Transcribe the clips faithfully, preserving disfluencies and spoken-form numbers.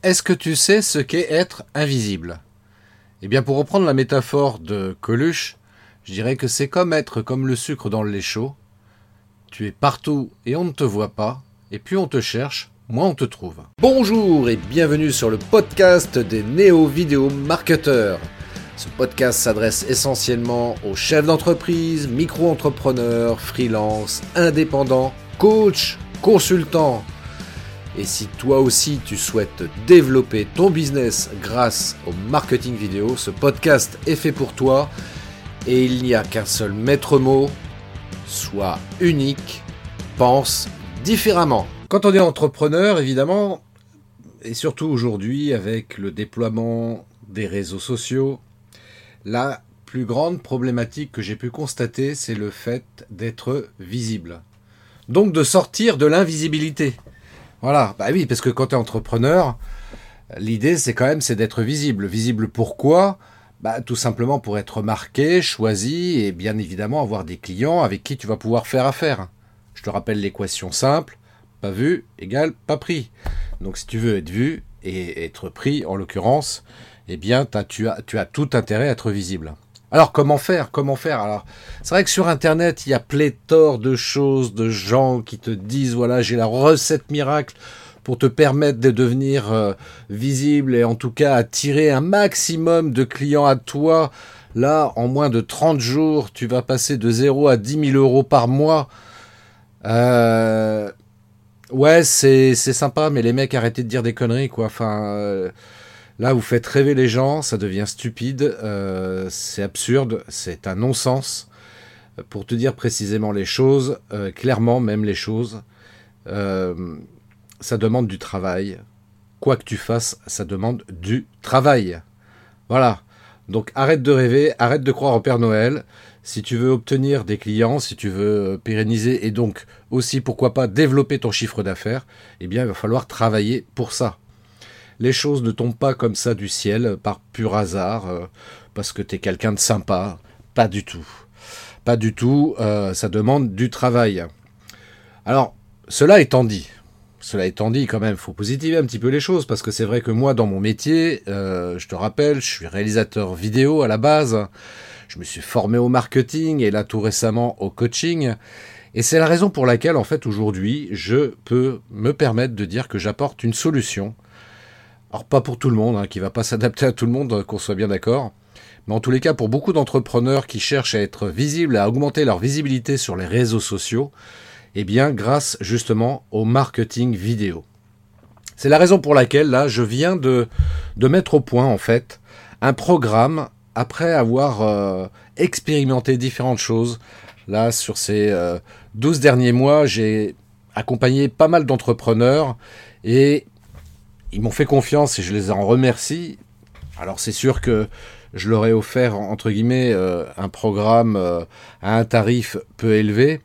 Est-ce que tu sais ce qu'est être invisible? Eh bien, pour reprendre la métaphore de Coluche, je dirais que c'est comme être comme le sucre dans le lait chaud. Tu es partout et on ne te voit pas, et plus on te cherche, moins on te trouve. Bonjour et bienvenue sur le podcast des néo-vidéo-marketeurs. Ce podcast s'adresse essentiellement aux chefs d'entreprise, micro-entrepreneurs, freelance, indépendants, coachs, consultants. Et si toi aussi tu souhaites développer ton business grâce au marketing vidéo, ce podcast est fait pour toi et il n'y a qu'un seul maître mot, sois unique, pense différemment. Quand on est entrepreneur, évidemment, et surtout aujourd'hui avec le déploiement des réseaux sociaux, la plus grande problématique que j'ai pu constater, c'est le fait d'être visible. Donc de sortir de l'invisibilité. Voilà, bah oui, parce que quand tu es entrepreneur, l'idée c'est quand même c'est d'être visible. Visible pourquoi ? Bah tout simplement pour être remarqué, choisi et bien évidemment avoir des clients avec qui tu vas pouvoir faire affaire. Je te rappelle l'équation simple, pas vu égale pas pris. Donc si tu veux être vu et être pris en l'occurrence, eh bien t'as, tu, as, tu as tout intérêt à être visible. Alors comment faire ? Comment faire ? Alors c'est vrai que sur internet, il y a pléthore de choses, de gens qui te disent voilà, j'ai la recette miracle pour te permettre de devenir euh, visible et en tout cas attirer un maximum de clients à toi. Là, en moins de trente jours, tu vas passer de zéro à dix mille euros par mois. Euh... Ouais, c'est, c'est sympa, mais les mecs, arrêtez de dire des conneries, quoi. Enfin, euh, là, vous faites rêver les gens, ça devient stupide, euh, c'est absurde, c'est un non-sens. Pour te dire précisément les choses, euh, clairement même les choses, euh, ça demande du travail. Quoi que tu fasses, ça demande du travail. Voilà. Donc arrête de rêver, arrête de croire au Père Noël. Si tu veux obtenir des clients, si tu veux pérenniser et donc aussi, pourquoi pas, développer ton chiffre d'affaires, eh bien, il va falloir travailler pour ça. Les choses ne tombent pas comme ça du ciel, par pur hasard, euh, parce que tu es quelqu'un de sympa. Pas du tout. Pas du tout, euh, ça demande du travail. Alors, cela étant dit, cela étant dit quand même, il faut positiver un petit peu les choses, parce que c'est vrai que moi, dans mon métier, euh, je te rappelle, je suis réalisateur vidéo à la base, je me suis formé au marketing, et là tout récemment au coaching, et c'est la raison pour laquelle, en fait, aujourd'hui, je peux me permettre de dire que j'apporte une solution. Alors pas pour tout le monde, hein, qui ne va pas s'adapter à tout le monde, qu'on soit bien d'accord, mais en tous les cas pour beaucoup d'entrepreneurs qui cherchent à être visibles, à augmenter leur visibilité sur les réseaux sociaux, eh bien grâce justement au marketing vidéo. C'est la raison pour laquelle là je viens de, de mettre au point en fait un programme après avoir euh, expérimenté différentes choses. Là sur ces euh, douze derniers mois, j'ai accompagné pas mal d'entrepreneurs et ils m'ont fait confiance et je les en remercie. Alors c'est sûr que je leur ai offert, entre guillemets, euh, un programme euh, à un tarif peu élevé.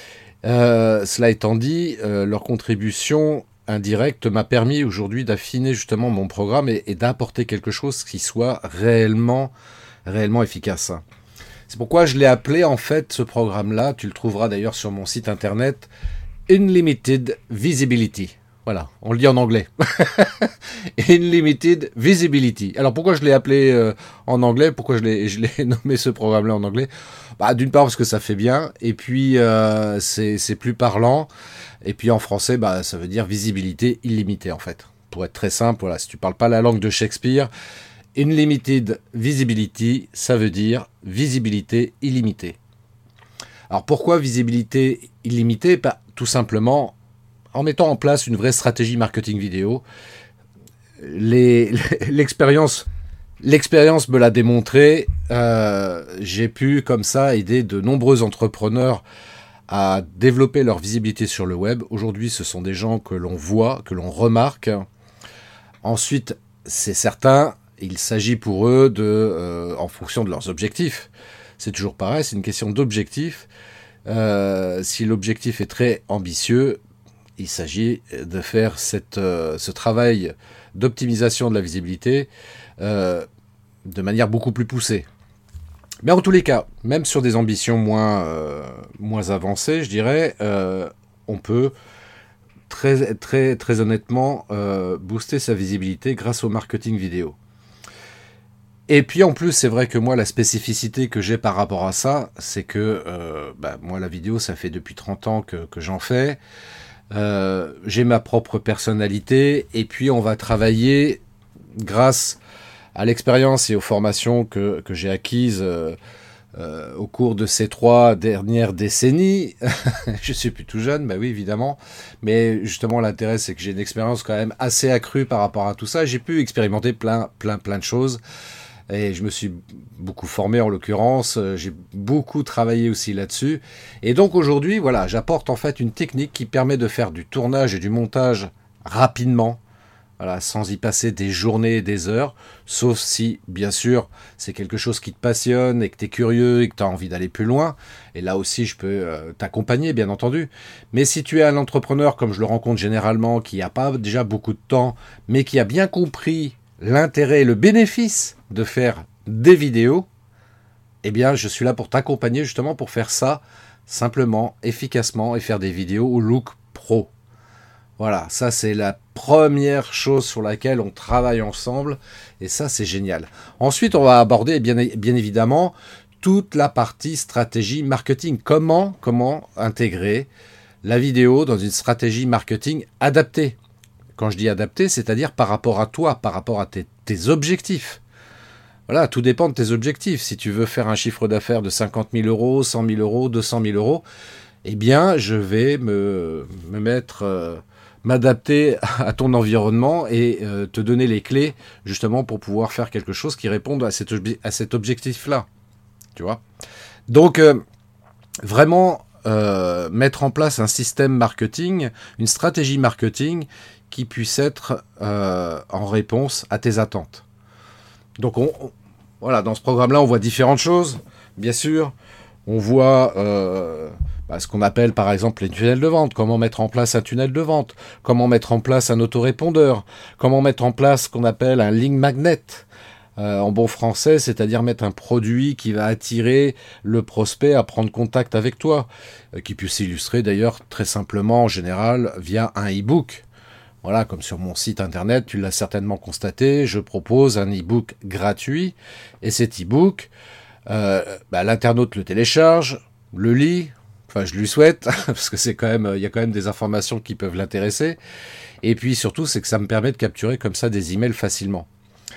Euh, cela étant dit, euh, leur contribution indirecte m'a permis aujourd'hui d'affiner justement mon programme et, et d'apporter quelque chose qui soit réellement, réellement efficace. C'est pourquoi je l'ai appelé en fait ce programme-là, tu le trouveras d'ailleurs sur mon site internet, Unlimited Visibility. Voilà, on le dit en anglais. Unlimited Visibility. Alors pourquoi je l'ai appelé euh, en anglais ? Pourquoi je l'ai, je l'ai nommé ce programme-là en anglais ? Bah, d'une part parce que ça fait bien, et puis euh, c'est, c'est plus parlant, et puis en français, bah, ça veut dire visibilité illimitée en fait. Pour être très simple, voilà, si tu parles pas la langue de Shakespeare, Unlimited Visibility, ça veut dire visibilité illimitée. Alors pourquoi visibilité illimitée ? Bah, tout simplement en mettant en place une vraie stratégie marketing vidéo. Les, l'expérience, l'expérience me l'a démontré. Euh, j'ai pu, comme ça, aider de nombreux entrepreneurs à développer leur visibilité sur le web. Aujourd'hui, ce sont des gens que l'on voit, que l'on remarque. Ensuite, c'est certain, il s'agit pour eux de, euh, en fonction de leurs objectifs. C'est toujours pareil, c'est une question d'objectif. Euh, si l'objectif est très ambitieux, il s'agit de faire cette, euh, ce travail d'optimisation de la visibilité euh, de manière beaucoup plus poussée. Mais en tous les cas, même sur des ambitions moins, euh, moins avancées, je dirais, euh, on peut très, très, très honnêtement euh, booster sa visibilité grâce au marketing vidéo. Et puis en plus, c'est vrai que moi, la spécificité que j'ai par rapport à ça, c'est que euh, bah, moi, la vidéo, ça fait depuis trente ans que, que j'en fais. Euh, j'ai ma propre personnalité et puis on va travailler grâce à l'expérience et aux formations que, que j'ai acquises euh, euh, au cours de ces trois dernières décennies. Je suis plus tout jeune, bah oui, évidemment. Mais justement, l'intérêt, c'est que j'ai une expérience quand même assez accrue par rapport à tout ça. J'ai pu expérimenter plein, plein, plein de choses. Et je me suis beaucoup formé en l'occurrence, j'ai beaucoup travaillé aussi là-dessus. Et donc aujourd'hui, voilà, j'apporte en fait une technique qui permet de faire du tournage et du montage rapidement, voilà, sans y passer des journées et des heures, sauf si, bien sûr, c'est quelque chose qui te passionne et que tu es curieux et que tu as envie d'aller plus loin. Et là aussi, je peux euh, t'accompagner, bien entendu. Mais si tu es un entrepreneur, comme je le rencontre généralement, qui n'a pas déjà beaucoup de temps, mais qui a bien compris l'intérêt et le bénéfice de faire des vidéos, eh bien, je suis là pour t'accompagner justement pour faire ça simplement, efficacement et faire des vidéos au look pro. Voilà, ça c'est la première chose sur laquelle on travaille ensemble et ça c'est génial. Ensuite, on va aborder bien, bien évidemment toute la partie stratégie marketing. Comment, comment intégrer la vidéo dans une stratégie marketing adaptée. Quand je dis adapté, c'est-à-dire par rapport à toi, par rapport à tes, tes objectifs. Voilà, tout dépend de tes objectifs. Si tu veux faire un chiffre d'affaires de cinquante mille euros, cent mille euros, deux cent mille euros, eh bien, je vais me, me mettre, euh, m'adapter à ton environnement et euh, te donner les clés, justement, pour pouvoir faire quelque chose qui réponde à cet, obje- à cet objectif-là. Tu vois ? Donc, euh, vraiment, euh, mettre en place un système marketing, une stratégie marketing qui puisse être euh, en réponse à tes attentes. Donc on, on, voilà, dans ce programme-là, on voit différentes choses, bien sûr. On voit euh, bah, ce qu'on appelle par exemple les tunnels de vente, comment mettre en place un tunnel de vente, comment mettre en place un autorépondeur, comment mettre en place ce qu'on appelle un link magnet, euh, en bon français, c'est-à-dire mettre un produit qui va attirer le prospect à prendre contact avec toi, euh, qui puisse s'illustrer d'ailleurs très simplement en général via un e-book. Voilà, comme sur mon site internet, tu l'as certainement constaté, je propose un e-book gratuit. Et cet e-book, euh, bah, l'internaute le télécharge, le lit, enfin je lui souhaite, parce que c'est quand même, il y a quand même des informations qui peuvent l'intéresser. Et puis surtout, c'est que ça me permet de capturer comme ça des emails facilement.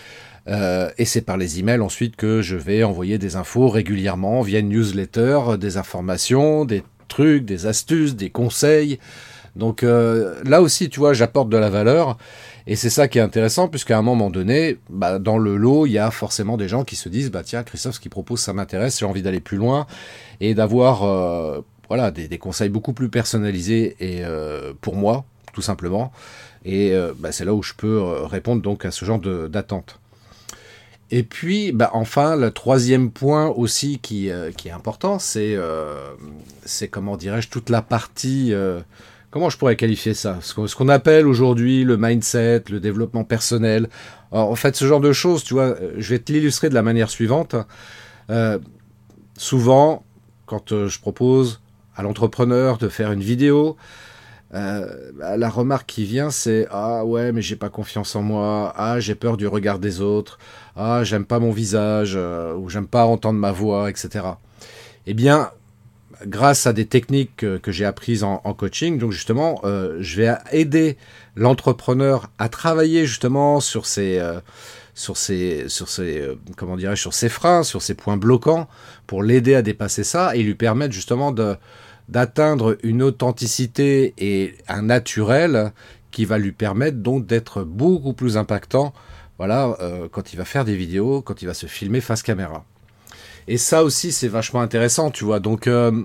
Euh, et c'est par les emails ensuite que je vais envoyer des infos régulièrement via une newsletter, des informations, des trucs, des astuces, des conseils. Donc euh, là aussi, tu vois, j'apporte de la valeur et c'est ça qui est intéressant puisqu'à un moment donné, bah, dans le lot, il y a forcément des gens qui se disent bah tiens, Christophe, ce qu'il propose, ça m'intéresse, j'ai envie d'aller plus loin et d'avoir euh, voilà des, des conseils beaucoup plus personnalisés et euh, pour moi, tout simplement. Et euh, bah, c'est là où je peux répondre donc à ce genre de, d'attente. Et puis, bah, enfin, le troisième point aussi qui, euh, qui est important, c'est, euh, c'est comment dirais-je, toute la partie... Euh, Comment je pourrais qualifier ça ? Ce qu'on appelle aujourd'hui le mindset, le développement personnel. Alors, en fait, ce genre de choses, tu vois, je vais te l'illustrer de la manière suivante. Euh, souvent, quand euh, je propose à l'entrepreneur de faire une vidéo, euh, la remarque qui vient, c'est « Ah ouais, mais j'ai pas confiance en moi. Ah, j'ai peur du regard des autres. Ah, j'aime pas mon visage. Euh, ou j'aime pas entendre ma voix, et cetera » Eh bien, grâce à des techniques que, que j'ai apprises en, en coaching, donc justement, euh, je vais aider l'entrepreneur à travailler justement sur ses, euh, sur ses, sur ses, euh, comment dirais-je, sur ses freins, sur ses points bloquants, pour l'aider à dépasser ça et lui permettre justement de, d'atteindre une authenticité et un naturel qui va lui permettre donc d'être beaucoup plus impactant, voilà, euh, quand il va faire des vidéos, quand il va se filmer face caméra. Et ça aussi, c'est vachement intéressant, tu vois. Donc, euh,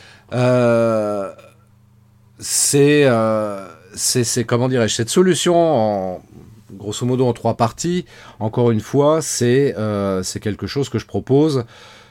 euh, c'est, euh, c'est, c'est, comment dirais-je, cette solution, en, grosso modo en trois parties, encore une fois, c'est, euh, c'est quelque chose que je propose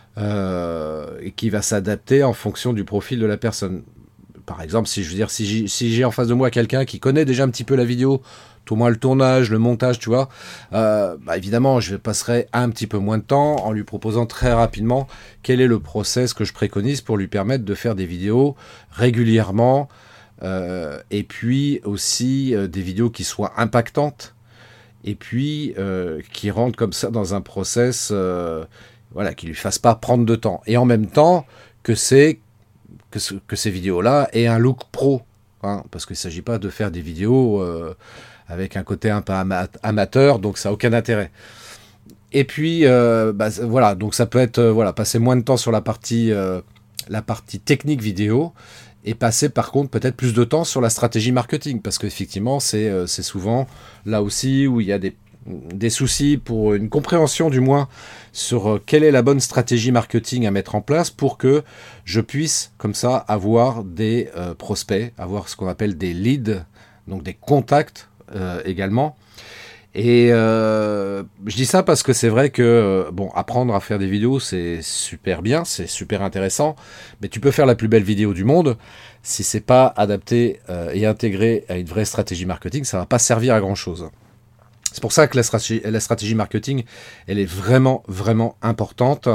euh, et qui va s'adapter en fonction du profil de la personne. Par exemple, si je veux dire, si j'ai, si j'ai en face de moi quelqu'un qui connaît déjà un petit peu la vidéo, tout au moins le tournage, le montage, tu vois, euh, bah évidemment, je passerai un petit peu moins de temps en lui proposant très rapidement quel est le process que je préconise pour lui permettre de faire des vidéos régulièrement, Euh, et puis aussi euh, des vidéos qui soient impactantes et puis euh, qui rentrent comme ça dans un process euh, voilà, qui lui fasse pas prendre de temps. Et en même temps que, c'est, que, ce, que ces vidéos-là aient un look pro. Hein, parce qu'il ne s'agit pas de faire des vidéos euh, avec un côté un peu ama- amateur, donc ça n'a aucun intérêt. Et puis, euh, bah, voilà, donc ça peut être euh, voilà, passer moins de temps sur la partie, euh, la partie technique vidéo et passer par contre peut-être plus de temps sur la stratégie marketing, parce qu'effectivement, c'est, euh, c'est souvent là aussi où il y a des, des soucis pour une compréhension du moins sur euh, quelle est la bonne stratégie marketing à mettre en place pour que je puisse comme ça avoir des euh, prospects, avoir ce qu'on appelle des leads, donc des contacts euh, également. Et euh, je dis ça parce que c'est vrai que euh, bon, apprendre à faire des vidéos, c'est super bien, c'est super intéressant, mais tu peux faire la plus belle vidéo du monde, si c'est pas adapté euh, et intégré à une vraie stratégie marketing, ça va pas servir à grand chose. C'est pour ça que la stratégie, la stratégie marketing, elle est vraiment, vraiment importante.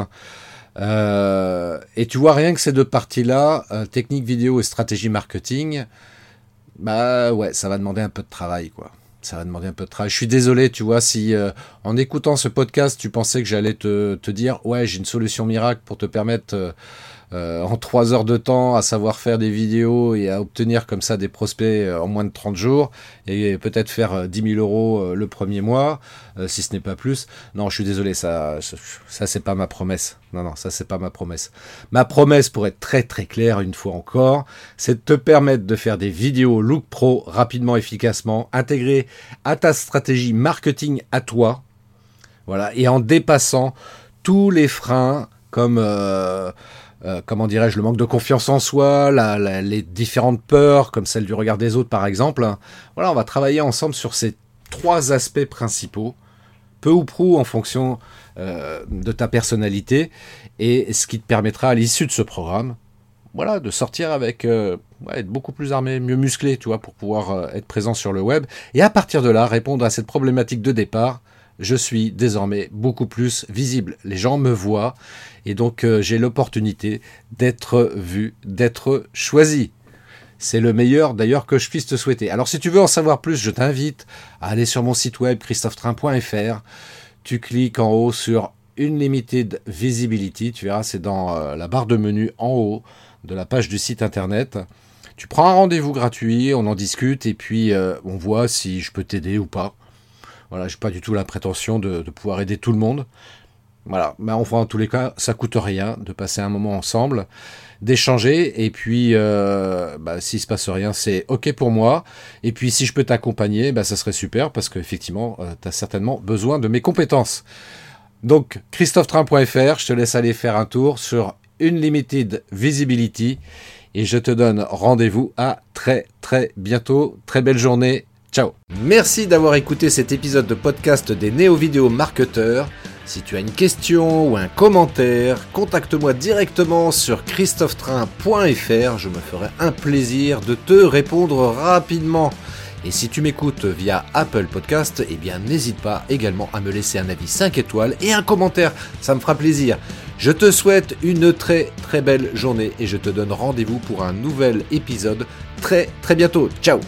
Euh, et tu vois, rien que ces deux parties-là, euh, technique vidéo et stratégie marketing, bah ouais, ça va demander un peu de travail, quoi. Ça va demander un peu de travail. Je suis désolé, tu vois, si euh, en écoutant ce podcast, tu pensais que j'allais te, te dire « Ouais, j'ai une solution miracle pour te permettre euh, euh, en trois heures de temps à savoir faire des vidéos et à obtenir comme ça des prospects euh, en moins de trente jours et peut-être faire euh, dix mille euros euh, le premier mois, euh, si ce n'est pas plus. » Non, je suis désolé, ça, ça, ça c'est pas ma promesse. Non, non, ça c'est pas ma promesse. Ma promesse, pour être très très clair une fois encore, c'est de te permettre de faire des vidéos look pro rapidement, efficacement, intégrées à ta stratégie marketing à toi, voilà, et en dépassant tous les freins comme euh, euh, comment dirais-je, le manque de confiance en soi, la, la, les différentes peurs comme celle du regard des autres par exemple. Voilà, on va travailler ensemble sur ces trois aspects principaux, peu ou prou en fonction euh, de ta personnalité, et ce qui te permettra à l'issue de ce programme, voilà, de sortir avec, euh, ouais, être beaucoup plus armé, mieux musclé, tu vois, pour pouvoir euh, être présent sur le web. Et à partir de là, répondre à cette problématique de départ, je suis désormais beaucoup plus visible. Les gens me voient et donc euh, j'ai l'opportunité d'être vu, d'être choisi. C'est le meilleur d'ailleurs que je puisse te souhaiter. Alors si tu veux en savoir plus, je t'invite à aller sur mon site web christophe train point f r. Tu cliques en haut sur Unlimited Visibility, tu verras, c'est dans euh, la barre de menu en haut de la page du site internet. Tu prends un rendez-vous gratuit, on en discute et puis euh, on voit si je peux t'aider ou pas. Voilà, j'ai pas du tout la prétention de, de pouvoir aider tout le monde. Voilà, mais enfin en tous les cas, ça coûte rien de passer un moment ensemble, d'échanger et puis euh, bah, s'il se passe rien, c'est ok pour moi. Et puis si je peux t'accompagner, bah, ça serait super parce qu'effectivement, euh, tu as certainement besoin de mes compétences. Donc christophe train point f r, je te laisse aller faire un tour sur Unlimited Visibility et je te donne rendez-vous à très très bientôt. Très belle journée. Ciao. Merci d'avoir écouté cet épisode de podcast des Néo-Vidéo Marketeurs. Si tu as une question ou un commentaire, contacte-moi directement sur christophe train point f r. Je me ferai un plaisir de te répondre rapidement. Et si tu m'écoutes via Apple Podcast, eh bien n'hésite pas également à me laisser un avis cinq étoiles et un commentaire, ça me fera plaisir. Je te souhaite une très très belle journée et je te donne rendez-vous pour un nouvel épisode très très bientôt. Ciao.